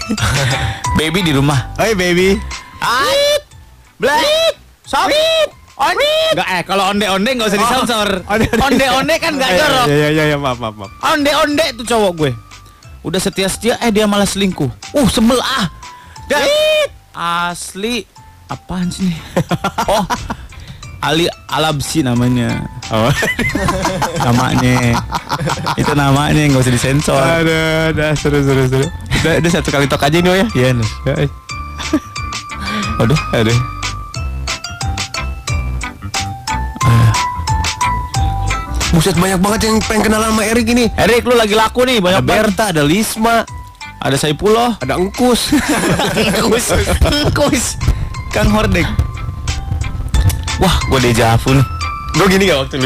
Baby di rumah. Hai baby. Ait. Blit. Sobit. Enggak kalau onde-onde enggak usah disensor. Onde-onde kan enggak jorok. Iya maaf. Onde-onde tuh cowok gue. Udah setia-setia dia malah selingkuh. Sebel ah. Asli apaan sih nih? Oh. Ali Alabsi namanya. Oh. Namanya. Itu namanya enggak usah disensor. Udah seru. Udah satu kali tok aja nih ya. Iya, Nus. Aduh. Buset banyak banget yang pengen kenal sama Erik ini. Erik lu lagi laku nih, banyak Ada Berta, ada Lisma, ada Saipullah, ada Engkus. Engkus. Kang Hordek. Wah, gue dejavu nih. Gue gini gak waktu lu?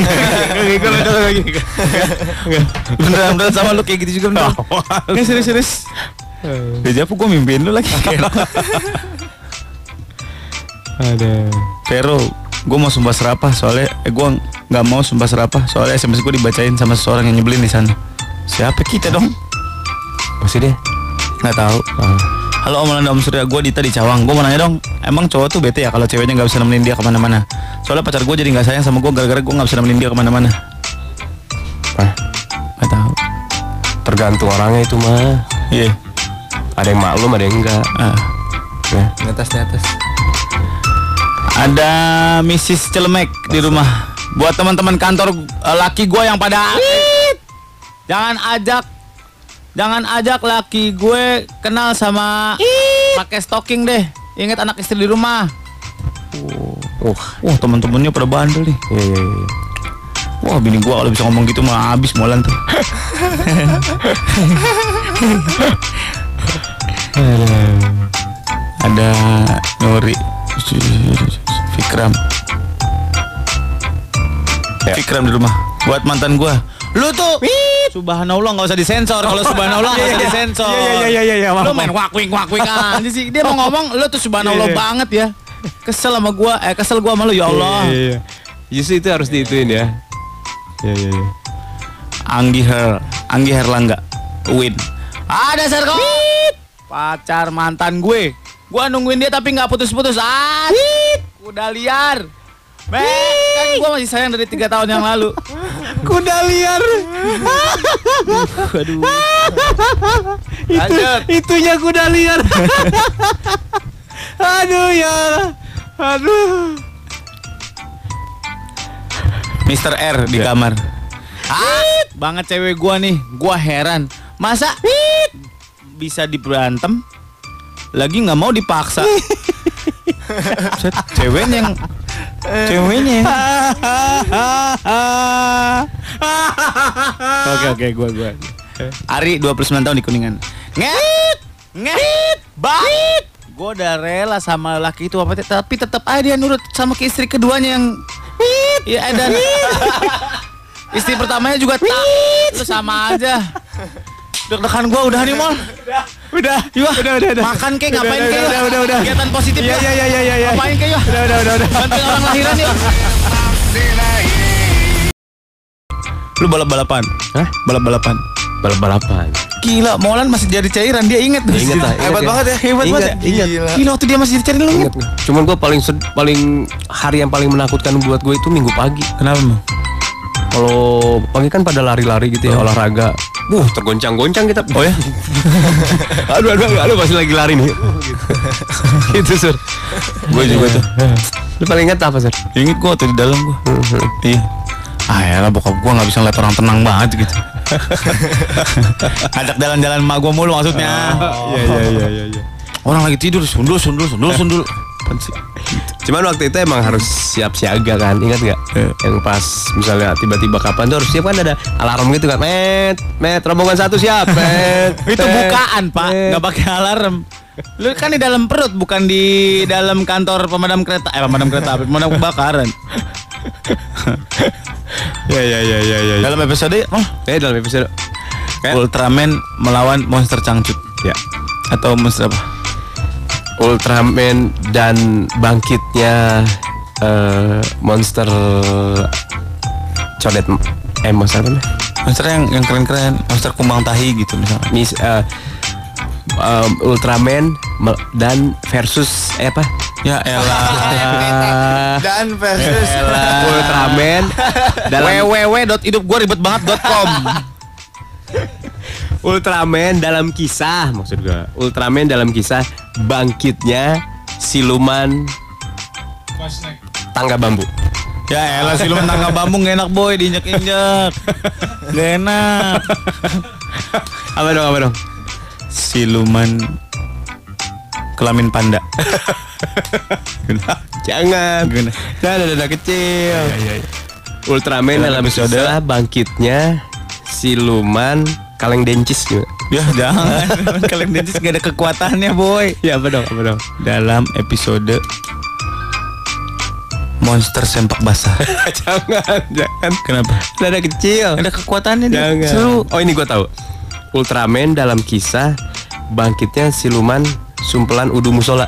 Beneran sama lu kayak gitu juga beneran. Nggak serius. Dejavu gue mimpiin lu lagi. Ada. Vero, gue mau sumpah serapah soalnya gue nggak mau sumpah serapah soalnya SMS gue dibacain sama seseorang yang nyebelin di sana. Siapa kita dong? Masih deh. Nggak tahu. Halo Om Landa Om Surya, gue Dita di Cawang. Gue mau nanya dong, emang cowok tuh bete ya kalau ceweknya nggak bisa nemenin dia kemana-mana? Soalnya pacar gue jadi nggak sayang sama gue gara-gara gue nggak bisa nemenin dia kemana-mana. Nggak tahu. Tergantung orangnya itu mah. Iya. Ada yang maklum, ada yang enggak. Ya. Di atas. Ada Mrs. Celemek di rumah. Buat teman-teman kantor laki gue yang pada Jangan ajak laki gue kenal sama pakai stocking deh. Ingat anak istri di rumah. Wah, teman-temannya pada bandel nih. Iya. Wah, bini gue kalau bisa ngomong gitu mah habis molan tuh. Ada Nuri, Fikram di rumah. Buat mantan gue, lu tuh subhanallah nggak usah disensor. Kalau subhanallah nggak usah disensor. Iya. Lu main wakwing aja sih. Dia mau ngomong, lu tuh subhanallah banget ya. Kesel sama gue, kesel gue sama lu ya Allah. Iya. Justru itu harus diituin ya. Iya. Anggi Herlangga, Win. Ada Serko. Pacar mantan gue. Gua nungguin dia tapi nggak putus-putus. Kuda liar. Kan gue masih sayang dari 3 tahun yang lalu. Kuda liar. Aduh. Lanjut. Itunya kuda liar. Aduh ya. Aduh. Mr. R di kamar. Banget cewek gua nih. Gua heran. Masa bisa diberantem lagi nggak mau dipaksa. Ceweknya Oke, gua Ari 29 tahun di Kuningan. Ngit bait. Gua udah rela sama laki itu tapi tetap aja dia nurut sama ke istri keduanya yang dan istri pertamanya juga lu sama aja. Deg-degan gua udah nih Mol. Udah. Makan kek, ngapain kek? Udah. Kegiatan positif ya. Iya. Ngapain kek yuk? Udah. Bantuin orang lahiran yuk. Lu balap-balapan? Hah? Balap-balapan. Gila, Molan masih jadi cairan, dia inget tuh. Ingat lah. Hebat banget ya. Ingat. Gila, waktu dia masih jadi cairan lu inget. Cuman gue paling hari yang paling menakutkan buat gue itu minggu pagi. Kenapa, Bang? Kalau pagi kan pada lari-lari gitu ya, olahraga. Tergoncang-goncang kita. Oh ya? Aduh, masih lagi lari nih. Gitu, Sur. Gue juga tuh. Lu paling ingat apa, Sur? Ingat gue tuh di dalam gue. Iya. Ya lah, bokap gue gak bisa ngeliat orang tenang banget gitu. Ajak jalan-jalan emak gue mulu maksudnya. Iya. Orang lagi tidur, sundul. Cuman waktu itu emang harus siap siaga kan, ingat nggak? Yang pas misalnya tiba-tiba kapan tuh harus siap kan, ada alarm gitu kan, met rombongan 1 siap, Itu bukaan Pak, nggak pakai alarm. Lu kan di dalam perut, bukan di dalam kantor pemadam kereta api, pemadam kebakaran. Ya. Dalam episode, Dalam episode Ultraman melawan monster cangcut, ya, atau monster apa? Ultraman dan bangkitnya monster codet, monster apa? Monster yang keren-keren, monster kumbang tahi gitu misalnya. Ultraman dan versus apa? Ya elah. Dan versus Ultraman dalam www.hidupguaribetbanget.com. Ultraman dalam kisah, maksud gua. Ultraman dalam kisah bangkitnya siluman tangga bambu. Ya elah, siluman tangga bambu gak enak boy, diinjek-injek. Gak enak. Apa dong? Siluman kelamin panda. Jangan. Udah kecil. Ultraman dalam kisah bangkitnya siluman kaleng dencis juga. Ya jangan. Kaleng dencis gak ada kekuatannya boy. Ya apa dong? Dalam episode monster sempak basah. Jangan. Kenapa? Ada kecil. Ada kekuatannya dia. Jangan. Seru. Oh ini gua tahu. Ultraman dalam kisah bangkitnya siluman sumpelan udu musola.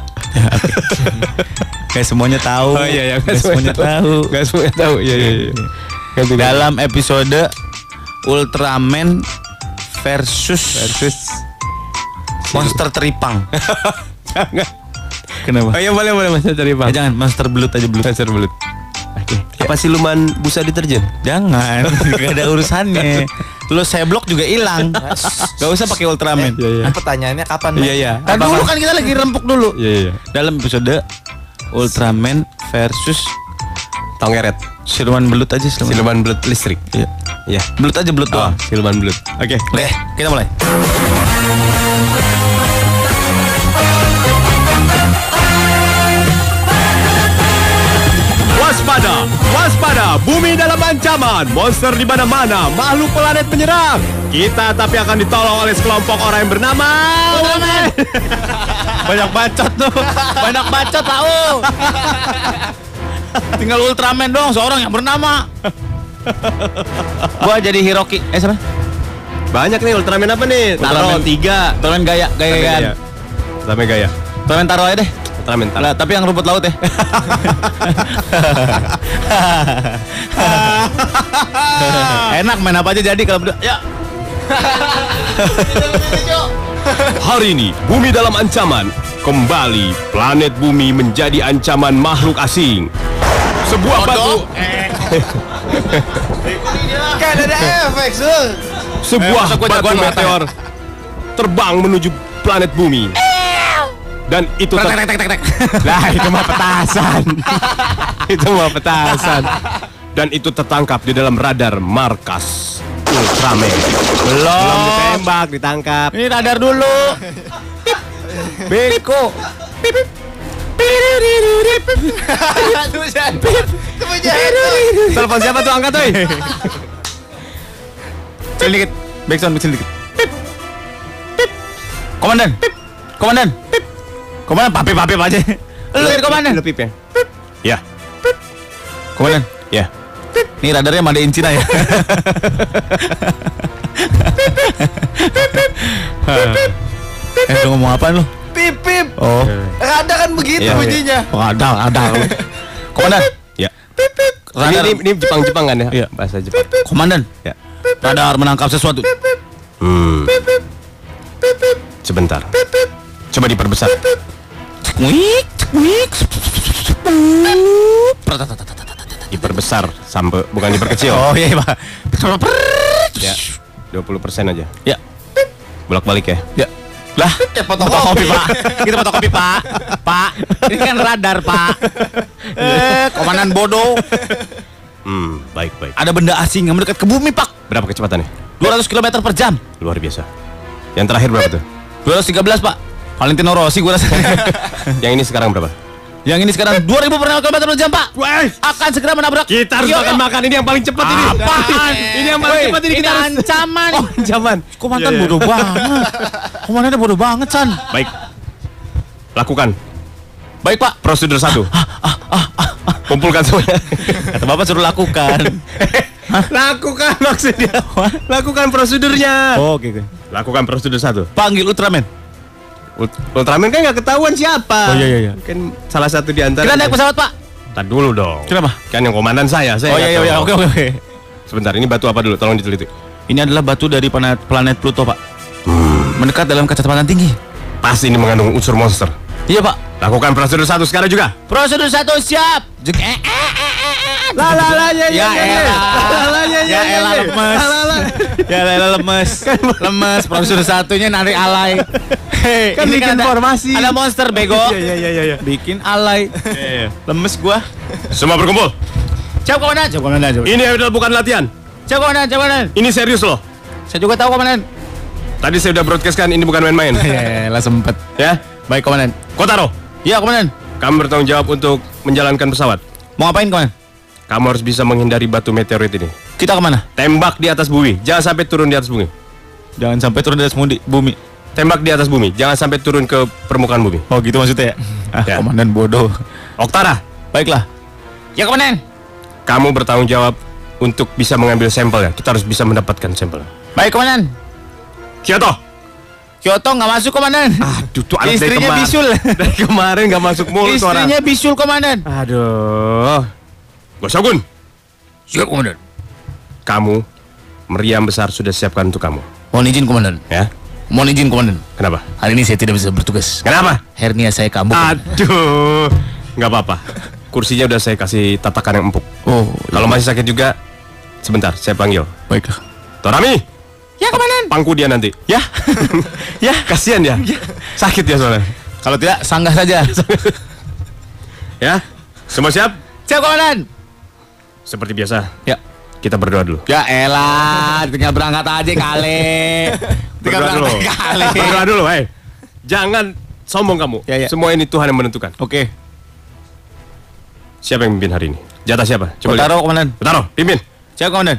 Kayak semuanya tahu. Oh iya, Kayak semuanya tahu. Gak semuanya tahu. Iya. Dalam episode Ultraman versus monster teripang. Jangan. Kenapa? Oh iya boleh monster teripang. Jangan, monster belut aja belut. Monster belut. Oke. Apa siluman busa deterjen? Jangan, gak ada urusannya. Lu seblok juga hilang. Gak usah pakai Ultraman. Iya. Pertanyaannya kapan? Iya. Kan dulu kan kita lagi rempuk dulu. Iya. Dalam episode Ultraman versus Tongeret. siluman belut aja Siluman belut listrik. Iya. Belut aja belut doang. Siluman belut. Oke. Kita mulai. Waspada, bumi dalam ancaman, monster di mana-mana, makhluk planet menyerang. Kita tapi akan ditolong oleh sekelompok orang yang bernama Ultraman. Banyak bacot tuh. Banyak bacot tahu. Tinggal Ultraman doang seorang yang bernama. Gua jadi Hiroki. Siapa? Banyak nih Ultraman apa nih? Taro 3. Ultraman gaya. Ultraman gaya. Ultraman Taro aja deh. Ultraman Taro. Lah, tapi yang rumput laut ya. Enak main apa aja jadi kalau berdua. Ya. Hari ini bumi dalam ancaman. Kembali planet bumi menjadi ancaman makhluk asing. Sebuah batu. Kan ada efek, Sul. Sebuah batu meteor terbang menuju planet bumi. Dan itu Lah, itu mah petasan. itu mah petasan. Dan itu tertangkap di dalam radar markas Ultraman. Belum ditembak, ditangkap. Ini radar dulu. Beko. Telepon siapa tuh, angkat tuh? Kecil dikit. Backsound kecil dikit. Komandan. Komandan papi aja. Lu jadi komandan. Lu pip ya? Ya. Komandan. Ya. Ini radarnya Made in China ya. Lu ngomong apa lu? Pip. Oh. Radar kan begitu Iya. bunyinya. Radar. Komandan. Ya. Radar. Ini Jepang kan ya? Iya. Bahasa Jepang. Komandan. Ya. Radar menangkap sesuatu. Sebentar. Coba diperbesar. Wik. Diperbesar sampai bukan diperkecil. Oh iya, Pak. Ya. 20% aja. Ya. Bolak-balik ya. Ya. Lah, fotokopi, Pak. Kita fotokopi, Pak. Pak, ini kan radar, Pak. Komandan bodoh. Baik. Ada benda asing yang mendekat ke bumi, Pak. Berapa kecepatannya? 200 km per jam. Luar biasa. Yang terakhir berapa tuh? 213, Pak. Valentino Rossi gua rasa. Yang ini sekarang berapa? Yang ini sekarang 2000 km per jam, Pak. Akan segera menabrak. Kita harus makan ini yang paling cepat ini. Apaan? Ini yang paling cepat ini kita harus. ancaman. Oh, ancaman. Komandan Iya. bodoh banget. Komandannya bodoh banget, San. Baik. Lakukan Baik, Pak. prosedur 1. Kumpulkan semuanya. Kata Bapak suruh lakukan. Lakukan maksudnya. Lakukan prosedurnya. Oh, oke. Lakukan prosedur 1. Panggil Ultraman. Ultraman kan nggak ketahuan siapa. Oh, iya. Mungkin salah satu di antara. Kita naik pesawat, Pak. Tar dulu dong. Kenapa? Kan yang komandan saya. Oh nggak iya, tahu. oke. Sebentar, ini batu apa dulu? Tolong diteliti. Ini adalah batu dari planet Pluto, Pak. Mendekat dalam kecepatan tinggi. Pasti ini mengandung unsur monster. Iya Pak. Lakukan prosedur 1 sekarang juga. Prosedur 1 siap. Jek La ya elah lemes. Ya elah lemes. Lemes. Prosedur 1-nya narik alay. Hei, Kan ini bikin formasi. Ada monster bego. Iya. Bikin alay. Lemes gua. Semua berkumpul. Siap komandan. Siap komandan. Ini adalah bukan latihan. Siap komandan. Siap komandan. Ini serius loh. Saya juga tahu komandan. Tadi saya udah broadcast kan, ini bukan main-main. Ya lah sempet. Ya. Baik komandan. Kotaro, Iya komandan. kamu bertanggung jawab untuk menjalankan pesawat. Mau ngapain komandan? Kamu harus bisa menghindari batu meteorit ini. Kita kemana? Tembak di atas bumi, jangan sampai turun di atas bumi. Jangan sampai turun dari bumi. Tembak di atas bumi, jangan sampai turun ke permukaan bumi. Oh gitu maksudnya ya? Ya. Komandan bodoh. Oktara, Baiklah. Ya komandan. kamu bertanggung jawab untuk bisa mengambil sampel ya. Kita harus bisa mendapatkan sampel. Baik komandan. Kyoto. Kyoto nggak masuk komandan. Aduh, tuh anak dari Istrinya kemarin. bisul. Dari kemarin nggak masuk mulut tuh orang. Istrinya bisul komandan. Aduh. Gosogun, Siap komandan. kamu meriam besar sudah siapkan untuk kamu. Mohon izin komandan. Ya. Mohon izin komandan. Kenapa? Hari ini saya tidak bisa bertugas. Kenapa? Hernia saya kambuh. Aduh, nggak apa-apa. Kursinya udah saya kasih tatakan yang empuk. Oh, Kalau masih sakit juga, sebentar saya panggil. baiklah. Torami, Ya komandan. pangku dia nanti. Ya. Ya. Kasihan dia. Sakit dia soalnya. Kalau tidak sanggah saja. Ya, semua siap? Siap komandan. Seperti biasa, Ya. kita berdoa dulu. Ya elah, tinggal berangkat aja kali. Tinggal Berdoa dulu. berangkat kali. Berdoa dulu, jangan sombong kamu. Ya. Semua ini Tuhan yang menentukan. Oke. Siapa yang memimpin hari ini? Jatah siapa? Coba lihat. Kotaro komandan. Kotaro, pimpin. Siap komandan.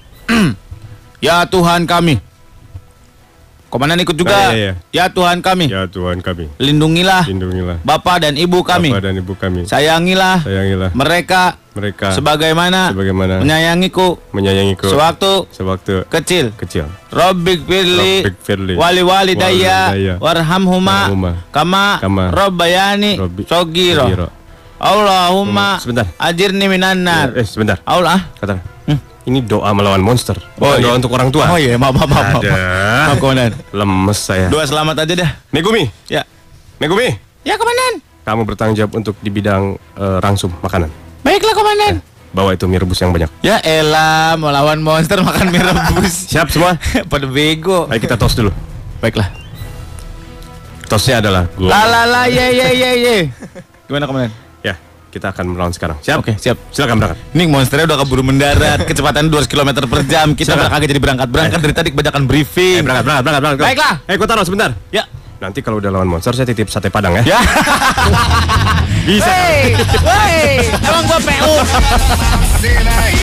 Ya Tuhan kami. Komandan ikut juga. Iya. Ya Tuhan kami. Ya Tuhan kami, Lindungilah lindungilah Bapak dan Ibu kami. Bapak dan Ibu kami. Sayangilah Sayangilah mereka mereka sebagaimana menyayangiku menyayangiku sewaktu kecil. Robbik firli Rabbik firli wali daya walidayya warhamhuma warhamhuma kama kama robbayani sogiro. Sogiro. Allahumma Sebentar. ajirni minan nar. Sebentar. Allah. Kata. Ini doa melawan monster. Bukan doa untuk orang tua. Oh iya, maaf. Ada. Maaf komandan. Lemes saya. Doa selamat aja dah. Megumi, Ya. Megumi, Ya komandan. kamu bertanggung jawab untuk di bidang rangsum makanan. Baiklah komandan. Bawa itu mie rebus yang banyak. Ya elah, mau lawan monster makan mie rebus. Siap semua? Pada bego. Ayo kita tos dulu. Baiklah. Tosnya adalah gol. La ye. Gimana komandan? Ya, kita akan melawan sekarang. Siap? Oke, siap. Silakan berangkat. Ini monsternya udah keburu mendarat, kecepatan 200 km per jam. Kita Siapa? udah kagak jadi berangkat dari tadi kebanyakan briefing. Berangkat. Baiklah. Kotaro sebentar. Ya. Nanti kalau udah lawan monster saya titip sate padang ya. Ya. Bisa. Wey, emang gua PU.